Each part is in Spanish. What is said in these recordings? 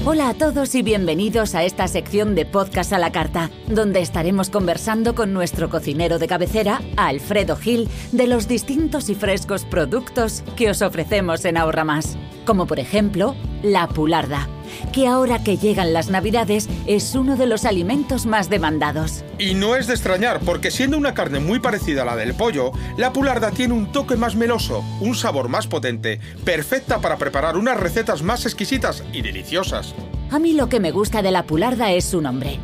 Hola a todos y bienvenidos a esta sección de Podcast a la Carta, donde estaremos conversando con nuestro cocinero de cabecera, Alfredo Gil, de los distintos y frescos productos que os ofrecemos en Ahorra Más, como por ejemplo, la pularda, que ahora que llegan las Navidades es uno de los alimentos más demandados. Y no es de extrañar, porque siendo una carne muy parecida a la del pollo, la pularda tiene un toque más meloso, un sabor más potente, perfecta para preparar unas recetas más exquisitas y deliciosas. A mí lo que me gusta de la pularda es su nombre,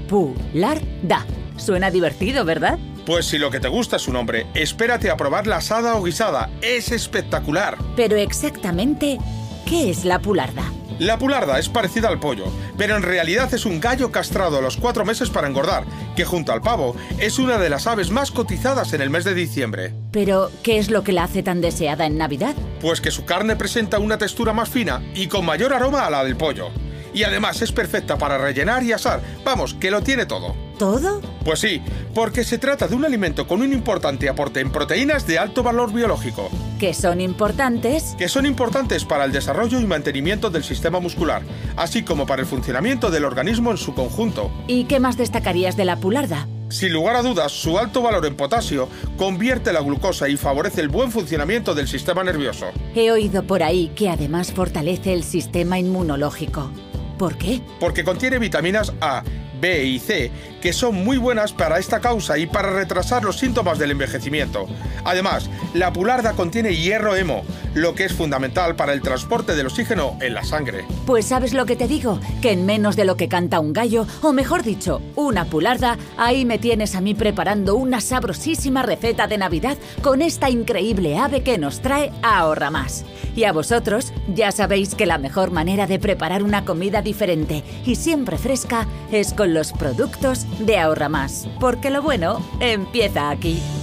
pularda. Suena divertido, ¿verdad? Pues si lo que te gusta es su nombre, espérate a probar la asada o guisada, es espectacular. Pero exactamente, ¿qué es la pularda? La pularda es parecida al pollo, pero en realidad es un gallo castrado a los 4 meses para engordar, que junto al pavo es una de las aves más cotizadas en el mes de diciembre. Pero, ¿qué es lo que la hace tan deseada en Navidad? Pues que su carne presenta una textura más fina y con mayor aroma a la del pollo. Y además es perfecta para rellenar y asar, vamos, que lo tiene todo. ¿Todo? Pues sí, porque se trata de un alimento con un importante aporte en proteínas de alto valor biológico. ¿Que son importantes? Que son importantes para el desarrollo y mantenimiento del sistema muscular, así como para el funcionamiento del organismo en su conjunto. ¿Y qué más destacarías de la pularda? Sin lugar a dudas, su alto valor en potasio convierte la glucosa y favorece el buen funcionamiento del sistema nervioso. He oído por ahí que además fortalece el sistema inmunológico. ¿Por qué? Porque contiene vitaminas A, B y C, que son muy buenas para esta causa y para retrasar los síntomas del envejecimiento. Además, la pularda contiene hierro hemo, lo que es fundamental para el transporte del oxígeno en la sangre. Pues ¿sabes lo que te digo? Que en menos de lo que canta un gallo, o mejor dicho, una pularda, ahí me tienes a mí preparando una sabrosísima receta de Navidad con esta increíble ave que nos trae Ahorra Más. Y a vosotros, ya sabéis que la mejor manera de preparar una comida diferente y siempre fresca es con los productos de Ahorra Más, porque lo bueno empieza aquí.